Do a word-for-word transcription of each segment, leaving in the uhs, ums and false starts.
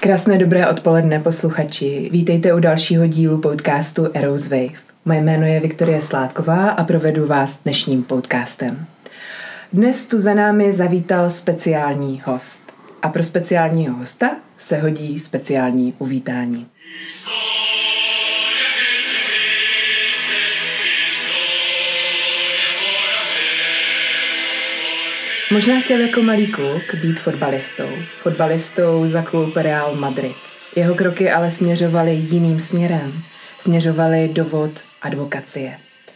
Krásné dobré odpoledne, posluchači. Vítejte u dalšího dílu podcastu Eros Wave. Moje jméno je Viktorie Sládková a provedu vás dnešním podcastem. Dnes tu za námi zavítal speciální host. A pro speciálního hosta se hodí speciální uvítání. Možná chtěl jako malý kluk být fotbalistou. Fotbalistou za klub Real Madrid. Jeho kroky ale směřovaly jiným směrem. Směřovaly do vod advokacie.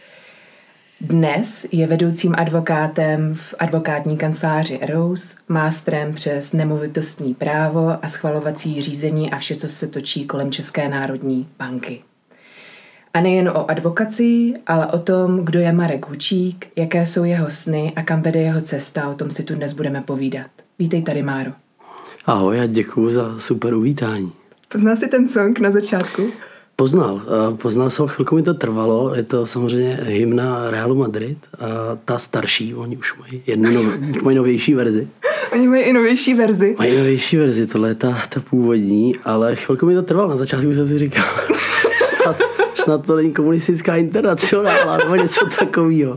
Dnes je vedoucím advokátem v advokátní kanceláři Eros, mástrem přes nemovitostní právo a schvalovací řízení a vše, co se točí kolem České národní banky. A nejen o advokacii, ale o tom, kdo je Marek Hučík, jaké jsou jeho sny a kam vede jeho cesta, o tom si tu dnes budeme povídat. Vítej tady, Máro. Ahoj a děkuju za super uvítání. Poznal jsi ten song na začátku? Poznal. Poznal jsem, chvilku mi to trvalo. Je to samozřejmě hymna Realu Madrid. A ta starší, oni už mají jednu nov, mají novější verzi. Oni mají i novější verzi. Mají novější verzi, tohle je ta, ta původní, ale chvilku mi to trvalo. Na začátku jsem si říkal, snad, snad to není komunistická internacionála nebo něco takového.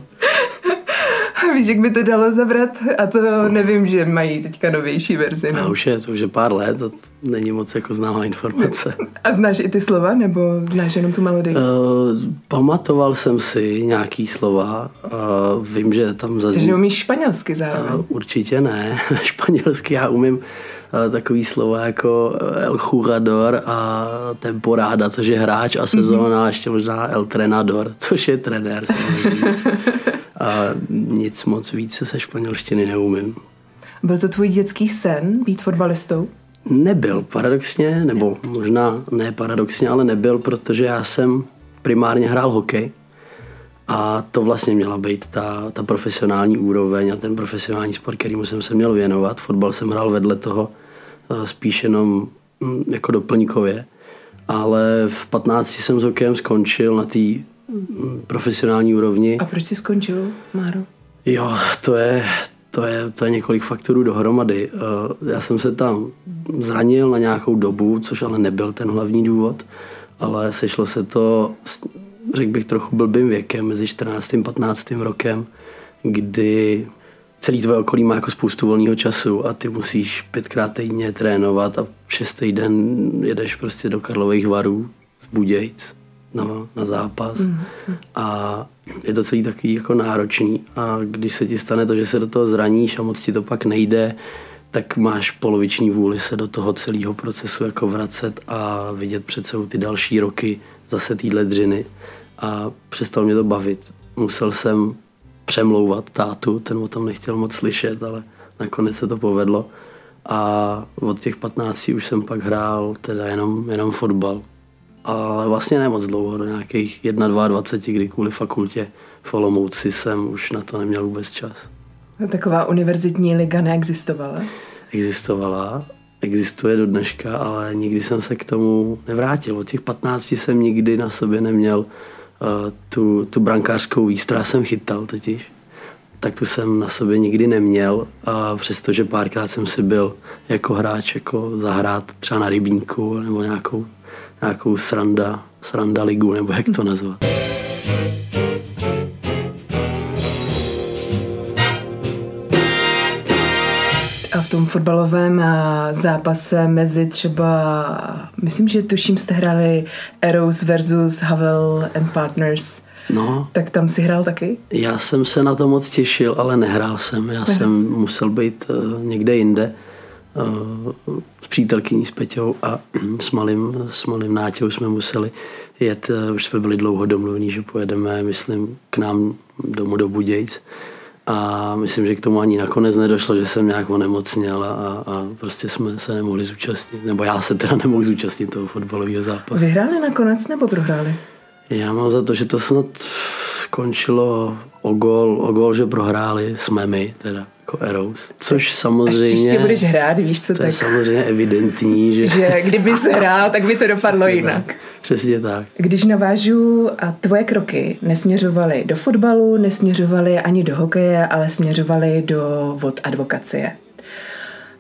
Víš, jak by to dalo zabrat? A to nevím, že mají teďka novější verzi. No? A už je, to už je pár let, to není moc jako známá informace. A znáš i ty slova, nebo znáš jenom tu melodii? Uh, pamatoval jsem si nějaký slova. Uh, vím, že tam zazní... Takže umíš španělsky zároveň? Uh, určitě ne. Španělsky já umím uh, takový slova jako el jugador a temporada, což je hráč, a sezóna, mm-hmm. ještě možná el trenador, což je trenér samozřejmě. A nic moc víc se španělštiny neumím. Byl to tvůj dětský sen být fotbalistou? Nebyl, paradoxně, nebo možná ne paradoxně, ale nebyl, protože já jsem primárně hrál hokej a to vlastně měla být ta, ta profesionální úroveň a ten profesionální sport, kterému jsem se měl věnovat. Fotbal jsem hrál vedle toho spíš jenom jako doplňkově, ale v patnácti jsem s hokejem skončil na té profesionální úrovni. A proč jsi skončil, Máro? Jo, to je, to je, to je několik faktorů dohromady. Já jsem se tam zranil na nějakou dobu, což ale nebyl ten hlavní důvod, ale sešlo se to, řekl bych, trochu blbým věkem, mezi čtrnáctým a patnáctým rokem, kdy celý tvoje okolí má jako spoustu volného času a ty musíš pětkrát týdně trénovat a šestý den jedeš prostě do Karlových Varů z Budějc na, na zápas mm. a je to celý takový jako náročný a když se ti stane to, že se do toho zraníš a moc ti to pak nejde, tak máš poloviční vůli se do toho celého procesu jako vracet a vidět před sebou ty další roky zase týhle dřiny a přestalo mě to bavit. Musel jsem přemlouvat tátu, ten o tom nechtěl moc slyšet, ale nakonec se to povedlo a od těch patnácti už jsem pak hrál teda jenom, jenom fotbal. Ale vlastně ne moc dlouho, do nějakých dvacet jedna, kdy kvůli fakultě v Olomouci jsem už na to neměl vůbec čas. Taková univerzitní liga neexistovala? Existovala, existuje do dneška, ale nikdy jsem se k tomu nevrátil. Od těch patnácti jsem nikdy na sobě neměl uh, tu, tu brankářskou výstroj, já jsem chytal totiž, tak tu jsem na sobě nikdy neměl a přestože párkrát jsem si byl jako hráč jako zahrát třeba na rybníku nebo nějakou nějakou sranda, sranda ligu, nebo jak to nazvat. A v tom fotbalovém zápase mezi třeba, myslím, že tuším, jste hráli Eros versus Havel and Partners. No. Tak tam si hrál taky? Já jsem se na to moc těšil, ale nehrál jsem. Já nehrál jsem musel být uh, někde jinde. Uh, s přítelkyní s Peťou a s malým, s malým Náťou jsme museli jet, uh, už jsme byli dlouho domluvení, že pojedeme, myslím, k nám domů do Budějc a myslím, že k tomu ani nakonec nedošlo, že jsem nějak onemocněl a, a prostě jsme se nemohli zúčastnit, nebo já se teda nemohl zúčastnit toho fotbalového zápasu. Vyhráli nakonec nebo prohráli? Já mám za to, že to snad skončilo o gól, o gól, že prohráli jsme my, teda jako Eros, což samozřejmě... Až příště budeš hrát, víš co, to tak... je samozřejmě evidentní, že... že kdybys hrál, tak by to dopadlo jinak. Tak. Přesně tak. Když navážu, a tvoje kroky nesměřovaly do fotbalu, nesměřovaly ani do hokeje, ale směřovaly do vod advokacie.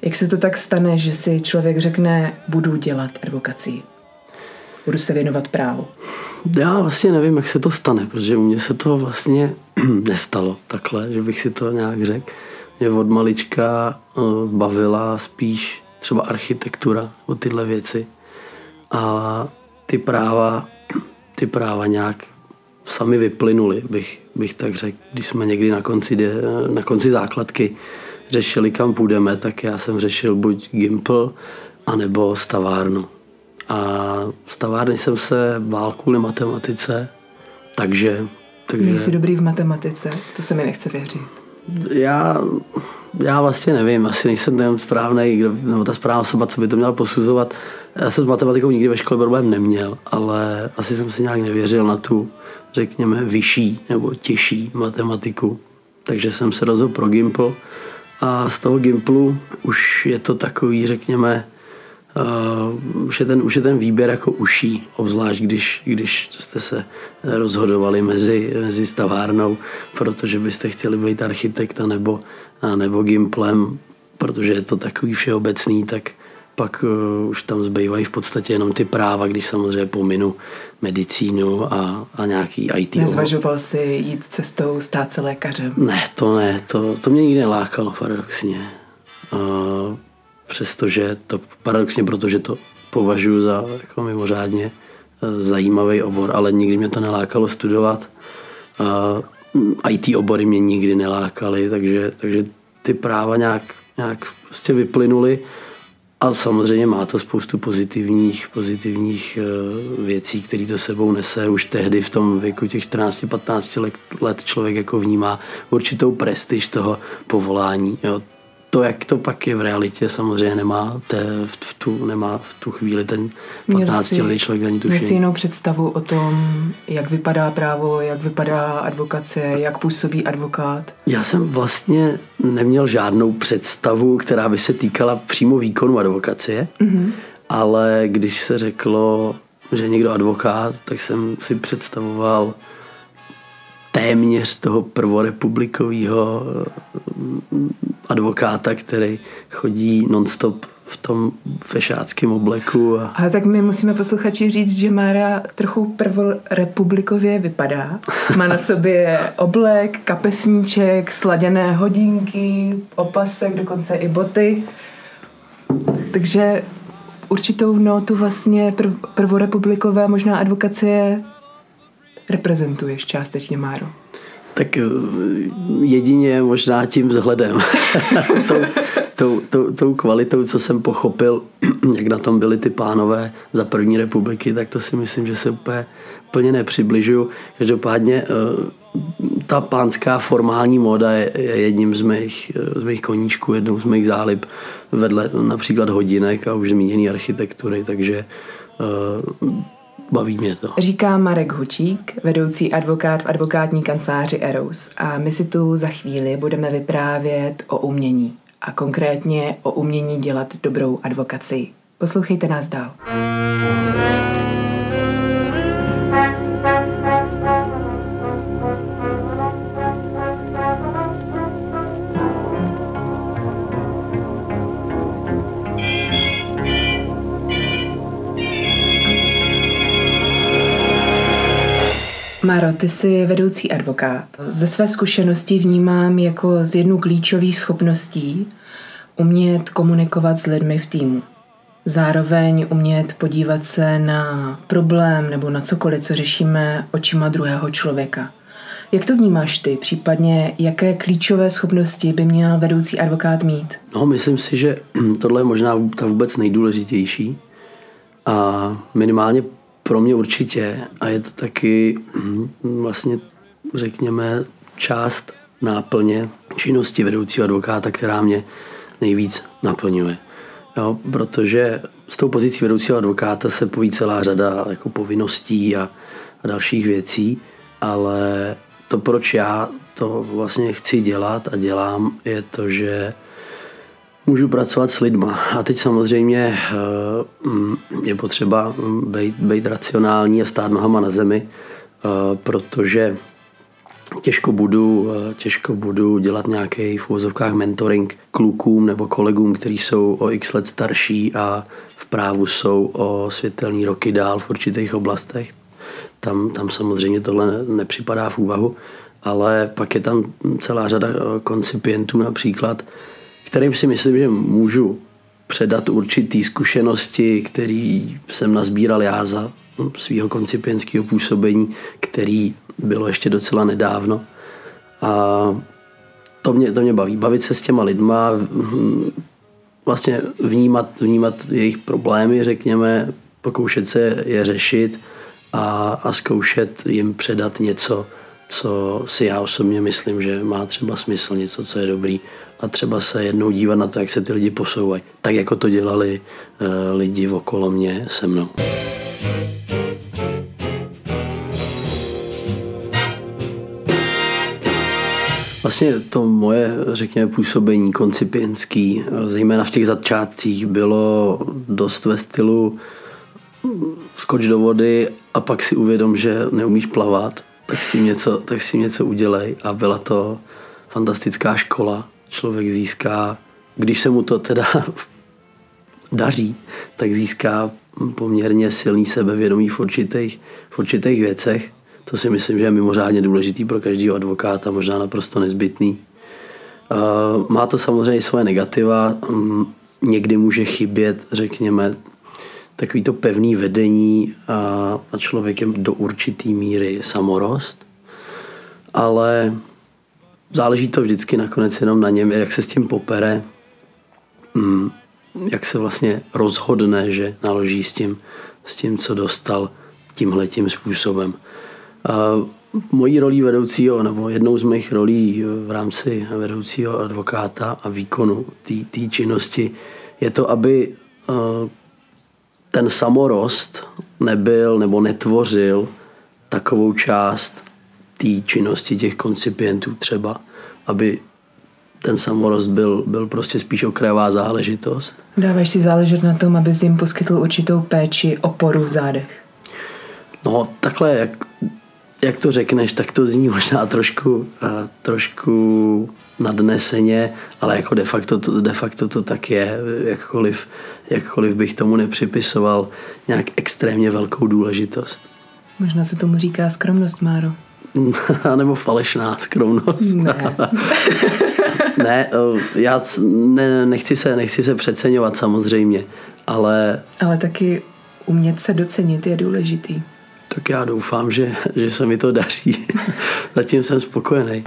Jak se to tak stane, že si člověk řekne, budu dělat advokacii, budu se věnovat právu? Já vlastně nevím, jak se to stane, protože u mě se to vlastně nestalo takhle, že bych si to nějak řekl. Mě od malička bavila spíš třeba architektura o tyhle věci a ty práva, ty práva nějak sami vyplynuly, bych, bych tak řekl. Když jsme někdy na konci, na konci základky řešili, kam půjdeme, tak já jsem řešil buď Gimpl, anebo stavárnu. A stavárny jsem se bál kvůli matematice, takže... takže... Nejsi dobrý v matematice, to se mi nechce věřit. Já, já vlastně nevím, asi nejsem ten správnej, nebo ta správná osoba, co by to měla posuzovat. Já jsem s matematikou nikdy ve škole problém neměl, ale asi jsem si nějak nevěřil na tu, řekněme, vyšší nebo těžší matematiku. Takže jsem se rozhodl pro Gimpl a z toho Gimplu už je to takový, řekněme, Uh, už, je ten, už je ten výběr jako uší, obzvlášť když, když jste se rozhodovali mezi, mezi stavárnou, protože byste chtěli být architekta nebo, nebo Gimplem, protože je to takový všeobecný, tak pak uh, už tam zbývají v podstatě jenom ty práva, když samozřejmě pominu medicínu a, a nějaký í té. Nezvažoval jsi jít cestou stát se lékařem? Ne, to ne, to, to mě nikdy nelákalo paradoxně. Uh, Přestože to paradoxně, protože to považuji za jako mimořádně zajímavý obor, ale nikdy mě to nelákalo studovat. í té obory mě nikdy nelákaly, takže, takže ty práva nějak, nějak prostě vyplynuly a samozřejmě má to spoustu pozitivních, pozitivních věcí, které to sebou nese. Už tehdy v tom věku těch čtrnáct patnáct let člověk jako vnímá určitou prestiž toho povolání. Jo. To, jak to pak je v realitě, samozřejmě nemá, te, v, tu, nemá v tu chvíli ten patnáctiletý člověk ani tušení. Měl jsi jinou představu o tom, jak vypadá právo, jak vypadá advokacie, jak působí advokát? Já jsem vlastně neměl žádnou představu, která by se týkala přímo výkonu advokacie, mm-hmm. ale když se řeklo, že někdo advokát, tak jsem si představoval téměř toho prvorepublikového advokáta, který chodí non-stop v tom fešáckém obleku. A... Ale tak my musíme posluchači říct, že Mára trochu prvorepublikově vypadá. Má na sobě oblek, kapesníček, sladěné hodinky, opasek, dokonce i boty. Takže určitou notu vlastně prvorepublikové možná advokacie reprezentuješ částečně, Máro. Tak jedině možná tím vzhledem. tou, tou, tou, tou kvalitou, co jsem pochopil, jak na tom byli ty pánové za první republiky, tak to si myslím, že se úplně, úplně nepřibližuju. Každopádně ta pánská formální móda je, je jedním z mých, z mých koníčků, jednou z mých zálib vedle například hodinek a už zmíněný architektury, takže baví mě to. Říká Marek Hučík, vedoucí advokát v advokátní kanceláři Eros, a my si tu za chvíli budeme vyprávět o umění a konkrétně o umění dělat dobrou advokacii. Poslouchejte nás dál. Máro, ty jsi vedoucí advokát. Ze své zkušenosti vnímám jako z jednu klíčových schopností umět komunikovat s lidmi v týmu. Zároveň umět podívat se na problém nebo na cokoliv, co řešíme očima druhého člověka. Jak to vnímáš ty? Případně jaké klíčové schopnosti by měl vedoucí advokát mít? No, myslím si, že tohle je možná ta vůbec nejdůležitější a minimálně pro mě určitě, a je to taky vlastně, řekněme, část náplně činnosti vedoucího advokáta, která mě nejvíc naplňuje. Jo, protože s tou pozicí vedoucího advokáta se pojí celá řada jako povinností a, a dalších věcí, ale to, proč já to vlastně chci dělat a dělám, je to, že můžu pracovat s lidma. A teď samozřejmě je potřeba být, být racionální a stát nohama na zemi, protože těžko budu, těžko budu dělat nějaký v uvozovkách mentoring klukům nebo kolegům, kteří jsou o x let starší a v právu jsou o světelný roky dál v určitých oblastech. Tam, tam samozřejmě tohle nepřipadá v úvahu, ale pak je tam celá řada koncipientů například, kterým si myslím, že můžu předat určitý zkušenosti, který jsem nazbíral já za svého koncipientského působení, který bylo ještě docela nedávno. A to mě, to mě baví. Bavit se s těma lidma, vlastně vnímat, vnímat jejich problémy, řekněme, pokoušet se je řešit a, a zkoušet jim předat něco, co si já osobně myslím, že má třeba smysl, něco, co je dobrý a třeba se jednou dívat na to, jak se ty lidi posouvají. Tak jako to dělali uh, lidi okolo mě se mnou. Vlastně to moje, řekněme, působení koncipientský, zejména v těch začátcích, bylo dost ve stylu skoč do vody a pak si uvědom, že neumíš plavat, tak s tím něco, tak s tím něco udělej. A byla to fantastická škola. Člověk získá, když se mu to teda daří, tak získá poměrně silný sebevědomí v určitých, v určitých věcech. To si myslím, že je mimořádně důležitý pro každého advokáta, možná naprosto nezbytný. Má to samozřejmě svoje negativa. Někdy může chybět, řekněme, takový to pevný vedení a člověkem do určitý míry samorost. Ale záleží to vždycky nakonec jenom na něm, jak se s tím popere, jak se vlastně rozhodne, že naloží s tím, s tím co dostal tímhletím způsobem. Mojí rolí vedoucího, nebo jednou z mých rolí v rámci vedoucího advokáta a výkonu té činnosti je to, aby ten samorost nebyl nebo netvořil takovou část té činnosti těch koncipientů třeba, aby ten samorost byl, byl prostě spíš okrajová záležitost. Dáváš si záležet na tom, abys jim poskytl určitou péči, oporu v zádech? No takhle, jak, jak to řekneš, tak to zní možná trošku, trošku nadneseně, ale jako de facto, to, de facto to tak je. Jakkoliv, jakkoliv bych tomu nepřipisoval nějak extrémně velkou důležitout. Možná se tomu říká skromnost, Máro. Nebo falešná skromnost. Ne. Ne, já ne, nechci, se, nechci se přeceňovat samozřejmě, ale... Ale taky umět se docenit je důležitý. Tak já doufám, že, že se mi to daří. Zatím jsem spokojený.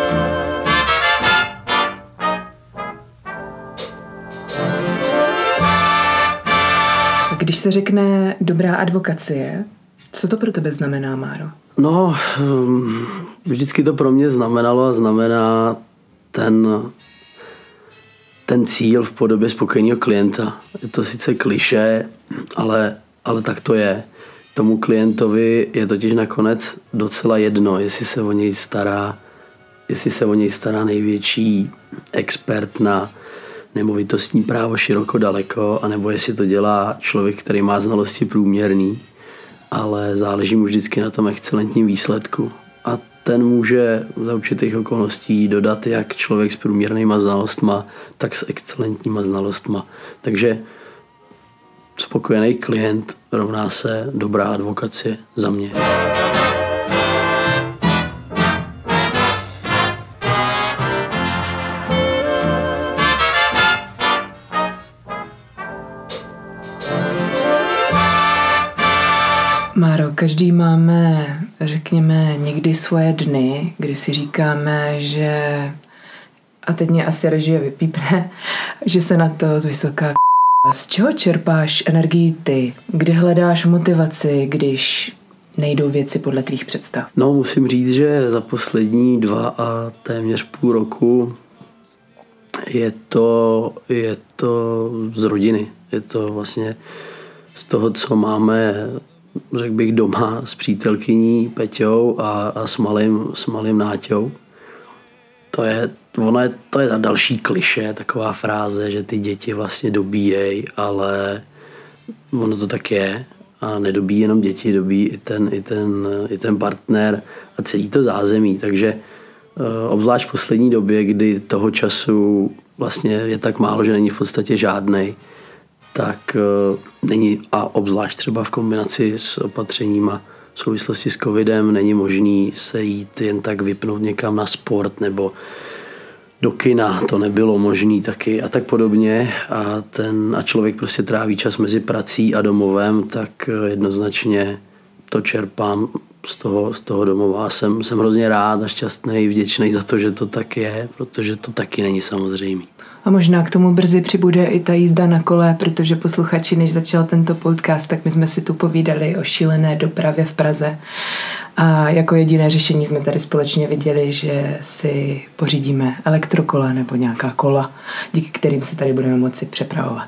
Když se řekne dobrá advokacie, co to pro tebe znamená, Máro? No, vždycky to pro mě znamenalo a znamená ten, ten cíl v podobě spokojeného klienta. Je to sice klišé, ale, ale tak to je. Tomu klientovi je totiž nakonec docela jedno, jestli se o něj stará, jestli se o něj stará největší expert na nemovitostní právo široko daleko, anebo jestli to dělá člověk, který má znalosti průměrný, ale záleží mu vždycky na tom excelentním výsledku. A ten může za určitých okolností dodat jak člověk s průměrnýma znalostma, tak s excelentníma znalostma. Takže spokojený klient rovná se dobrá advokacie za mě. Máro, každý máme, řekněme, někdy svoje dny, kdy si říkáme, že, a teď mě asi režie vypípne, že se na to z vysoká. Z čeho čerpáš energii ty? Kde hledáš motivaci, když nejdou věci podle tvých představ? No, musím říct, že za poslední dva a téměř půl roku je to, je to z rodiny. Je to vlastně z toho, co máme, řekl bych, doma s přítelkyní Peťou a, a s, malým, s malým Náťou. To je, ono je, to je ta další klišé, taková fráze, že ty děti vlastně dobíjejí, ale ono to tak je. a nedobí jenom děti, dobí i ten, i ten, i ten partner a celý to zázemí. Takže obzvlášť v poslední době, kdy toho času vlastně je tak málo, že není v podstatě žádnej, tak není, a obzvlášť třeba v kombinaci s opatřeníma v souvislosti s covidem, není možný se jít jen tak vypnout někam na sport nebo do kina, to nebylo možný taky a tak podobně. A, ten, a člověk prostě tráví čas mezi prací a domovem, tak jednoznačně to čerpám z toho, z toho domova. A jsem, jsem hrozně rád a šťastný, vděčný za to, že to tak je, protože to taky není samozřejmé. A možná k tomu brzy přibude i ta jízda na kole, protože posluchači, než začal tento podcast, tak my jsme si tu povídali o šílené dopravě v Praze. A jako jediné řešení jsme tady společně viděli, že si pořídíme elektrokola nebo nějaká kola, díky kterým se tady budeme moci přepravovat.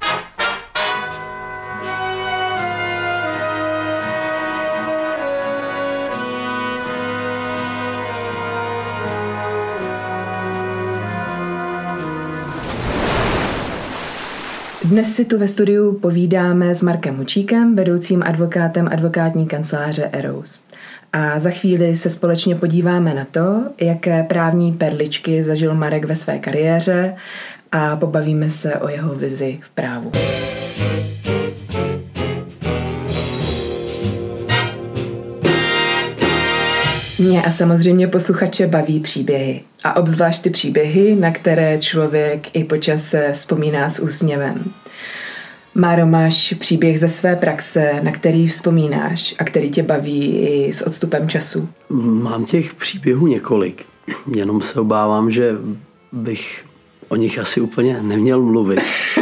Dnes si tu ve studiu povídáme s Markem Hučíkem, vedoucím advokátem advokátní kanceláře Eros. A za chvíli se společně podíváme na to, jaké právní perličky zažil Marek ve své kariéře a pobavíme se o jeho vizi v právu. Mě a samozřejmě posluchače baví příběhy. A obzvlášť ty příběhy, na které člověk i po čase vzpomíná s úsměvem. Máro, máš příběh ze své praxe, na který vzpomínáš a který tě baví i s odstupem času? Mám těch příběhů několik. Jenom se obávám, že bych o nich asi úplně neměl mluvit.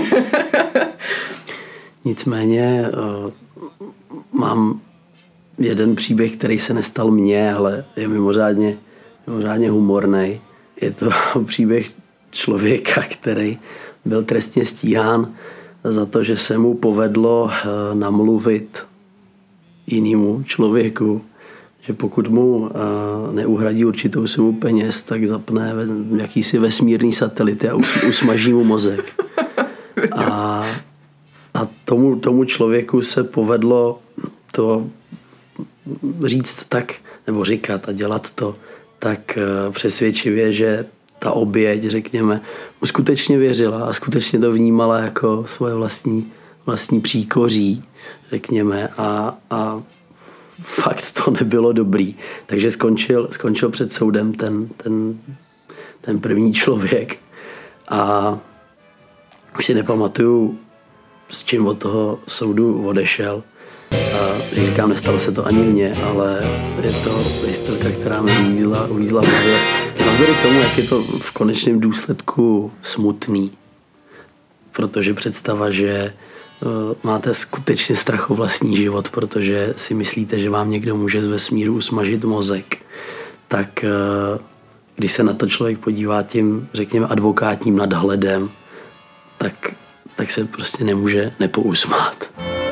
Nicméně mám jeden příběh, který se nestal mně, ale je mimořádně, mimořádně humornej. Je to příběh člověka, který byl trestně stíhán za to, že se mu povedlo namluvit jinému člověku, že pokud mu neuhradí určitou sumu peněz, tak zapne jakýsi vesmírný satelity a usmaží mu mozek. A, a tomu, tomu člověku se povedlo to říct tak, nebo říkat a dělat to tak přesvědčivě, že ta oběť, řekněme, mu skutečně věřila a skutečně to vnímala jako svoje vlastní, vlastní příkoří, řekněme, a, a fakt to nebylo dobrý. Takže skončil, skončil před soudem ten, ten, ten první člověk a už si nepamatuju, s čím od toho soudu odešel. A jak říkám, nestalo se to ani mně, ale je to historka, která mi uvízla, uvízla v hlavě. Navzdory tomu, jak je to v konečném důsledku smutný, protože představa, že uh, máte skutečně strach o vlastní život, protože si myslíte, že vám někdo může z vesmíru usmažit mozek, tak uh, když se na to člověk podívá tím, řekněme, advokátním nadhledem, tak, tak se prostě nemůže nepousmát.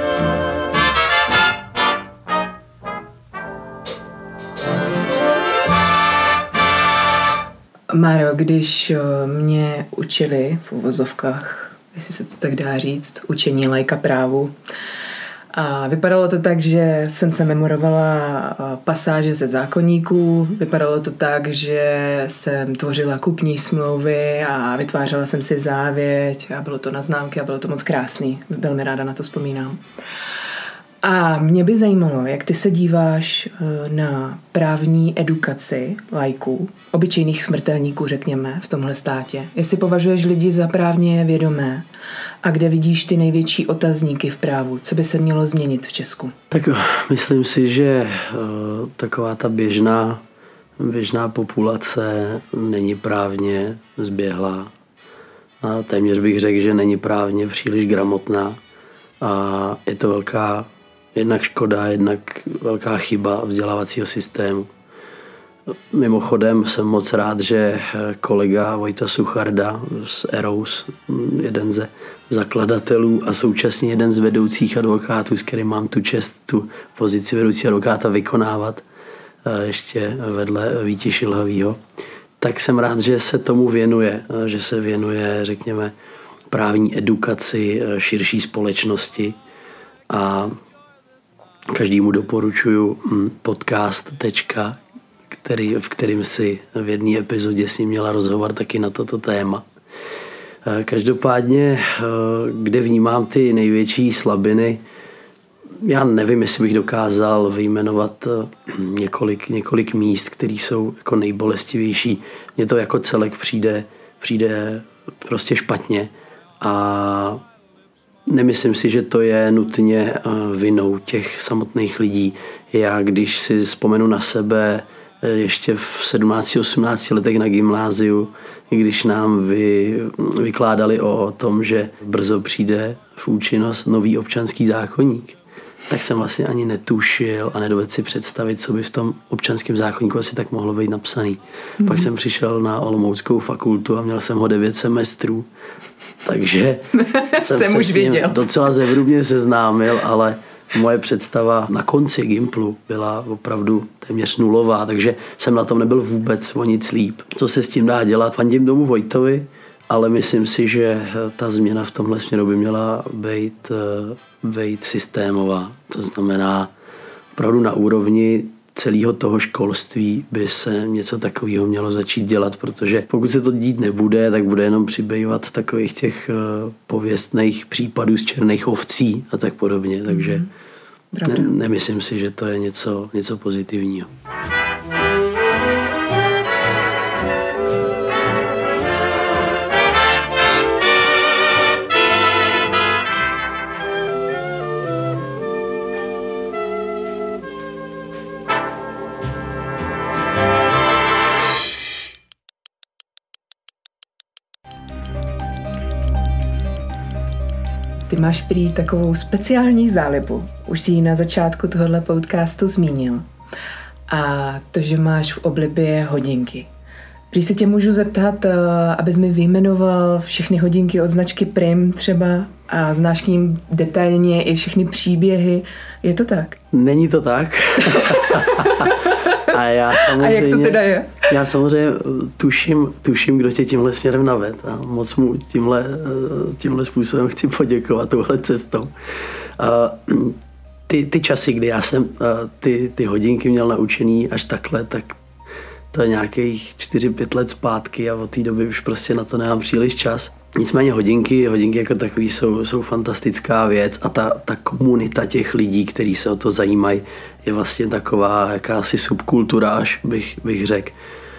Máro, když mě učili v uvozovkách, jestli se to tak dá říct, učení laika právu, a vypadalo to tak, že jsem se memorovala pasáže ze zákoníků, vypadalo to tak, že jsem tvořila kupní smlouvy a vytvářela jsem si závěť a bylo to na známky a bylo to moc krásný. Velmi ráda na to vzpomínám. A mě by zajímalo, jak ty se díváš na právní edukaci laiků, obyčejných smrtelníků, řekněme, v tomhle státě. Jestli považuješ lidi za právně vědomé a kde vidíš ty největší otazníky v právu, co by se mělo změnit v Česku? Tak myslím si, že taková ta běžná, běžná populace není právně zběhlá. A téměř bych řekl, že není právně příliš gramotná. A je to velká jednak škoda, jednak velká chyba vzdělávacího systému. Mimochodem jsem moc rád, že kolega Vojta Sucharda z Eros, jeden ze zakladatelů a současně jeden z vedoucích advokátů, s kterým mám tu čest tu pozici vedoucí advokáta vykonávat, ještě vedle Víti Šilhavýho, tak jsem rád, že se tomu věnuje, že se věnuje, řekněme, právní edukaci širší společnosti a každému doporučuji podcast, který, v kterým si v jedné epizodě si měla rozhovor taky na toto téma. Každopádně, kde vnímám ty největší slabiny, já nevím, jestli bych dokázal vyjmenovat několik, několik míst, které jsou jako nejbolestivější. Mně to jako celek přijde, přijde prostě špatně a nemyslím si, že to je nutně vinou těch samotných lidí. Já, když si vzpomenu na sebe ještě v sedmnácti osmnácti letech na gymnáziu, když nám vy, vykládali o tom, že brzo přijde v účinnost nový občanský zákoník, tak jsem vlastně ani netušil a nedovedl si představit, co by v tom občanském zákoníku asi tak mohlo být napsaný. Mm. Pak jsem přišel na Olomouckou fakultu a měl jsem ho devět semestrů, takže jsem, jsem se už s ním viděl. Docela zevrubně seznámil, ale moje představa na konci Gimplu byla opravdu téměř nulová, takže jsem na tom nebyl vůbec o nic líp. Co se s tím dá dělat? Fandím tomu Vojtovi, ale myslím si, že ta změna v tomhle směru by měla být, být systémová. To znamená, opravdu na úrovni celého toho školství by se něco takového mělo začít dělat, protože pokud se to dít nebude, tak bude jenom přibývat takových těch pověstných případů z černých ovcí a tak podobně. Takže ne, nemyslím si, že to je něco, něco pozitivního. Ty máš prý takovou speciální zálibu. Už jsi ji na začátku tohohle podcastu zmínil. A to, že máš v oblibě hodinky. Prý se tě můžu zeptat, abys mi vyjmenoval všechny hodinky od značky Prim třeba a znáš k ním detailně i všechny příběhy. Je to tak? Není to tak. A já samozřejmě, a jak to teda je? Já samozřejmě tuším, tuším, kdo tě tímhle směrem naved. A moc mu tímhle, tímhle způsobem chci poděkovat touhle cestou. Ty, ty časy, kdy já jsem ty, ty hodinky měl naučený až takhle, tak to je nějakých čtyři pět let zpátky a od té doby už prostě na to nemám příliš čas. Nicméně hodinky, hodinky jako takový jsou, jsou fantastická věc a ta, ta komunita těch lidí, kteří se o to zajímají, je vlastně taková jakási subkultura, až bych, bych řekl.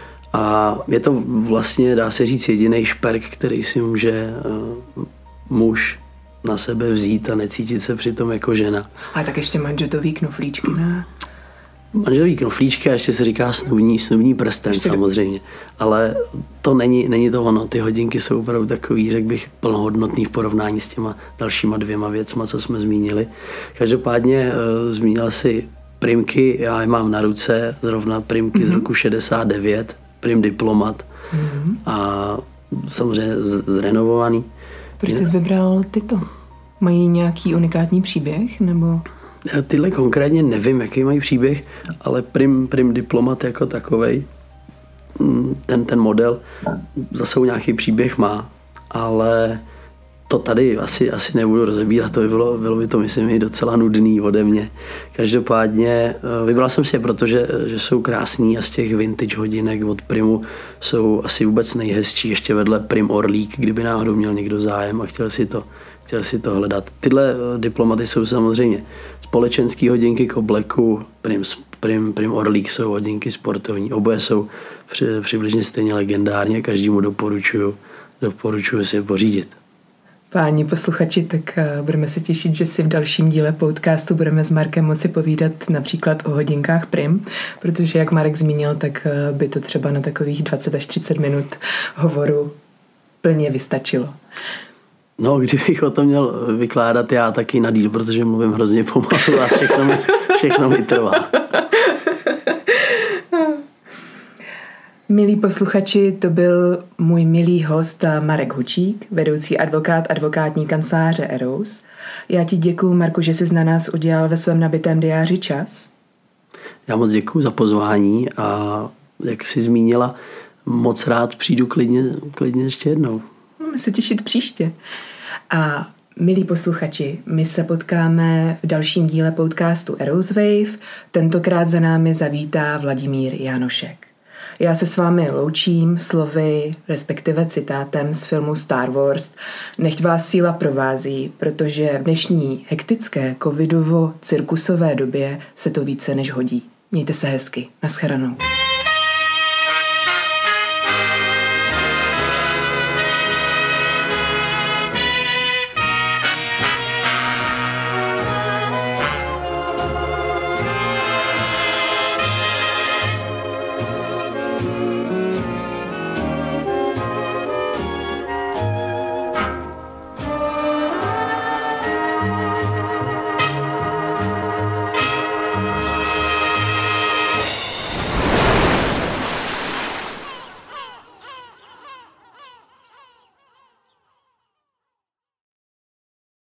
A je to vlastně, dá se říct, jediný šperk, který si může uh, muž na sebe vzít a necítit se přitom jako žena. A tak ještě manžetový knoflíčky, ne? Manželový knoflíčky a ještě se říká snubní, snubní prsten ještě samozřejmě. Ale to není, není to ono. Ty hodinky jsou opravdu takový, řekl bych, plnohodnotný v porovnání s těma dalšíma dvěma věcma, co jsme zmínili. Každopádně uh, zmínil si Primky, já je mám na ruce, zrovna Primky mm-hmm. z roku šedesát devět, Prim Diplomat mm-hmm. a samozřejmě z- zrenovovaný. Proč jsi vybral tyto? Mají nějaký unikátní příběh, nebo... Já tyhle konkrétně nevím, jaký mají příběh, ale Prim, Prim Diplomat jako takovej, ten, ten model zase nějaký příběh má, ale to tady asi, asi nebudu rozebírat, to by bylo, bylo by to, myslím, i docela nudný ode mě. Každopádně vybral jsem si je, protože že jsou krásný a z těch vintage hodinek od Primu jsou asi vůbec nejhezčí, ještě vedle Prim Orlík, kdyby náhodou měl někdo zájem a chtěl si to, chtěl si to hledat. Tyhle diplomaty jsou samozřejmě společenský hodinky k obleku, Prim, Prim, Prim Orlík jsou hodinky sportovní, oboje jsou při, přibližně stejně legendární, každému doporučuju, doporučuju si je pořídit. Páni posluchači, tak budeme se těšit, že si v dalším díle podcastu budeme s Markem moci povídat například o hodinkách Prim, protože jak Marek zmínil, tak by to třeba na takových dvacet až třicet minut hovoru plně vystačilo. No, kdybych o tom měl vykládat já taky na díl, protože mluvím hrozně pomalu a všechno mi, všechno mi trvá. Milí posluchači, to byl můj milý host Marek Hučík, vedoucí advokát advokátní kanceláře Eros. Já ti děkuju, Marku, že jsi na nás udělal ve svém nabitém diáři čas. Já moc děkuju za pozvání a jak jsi zmínila, moc rád přijdu klidně, klidně ještě jednou. Můžeme se těšit příště. A Milí posluchači, my se potkáme v dalším díle podcastu Eroeswave. Tentokrát za námi zavítá Vladimír Jánošek. Já se s vámi loučím slovy, respektive citátem z filmu Star Wars. Nechť vás síla provází, protože v dnešní hektické covidovo-cirkusové době se to více než hodí. Mějte se hezky. Naschledanou.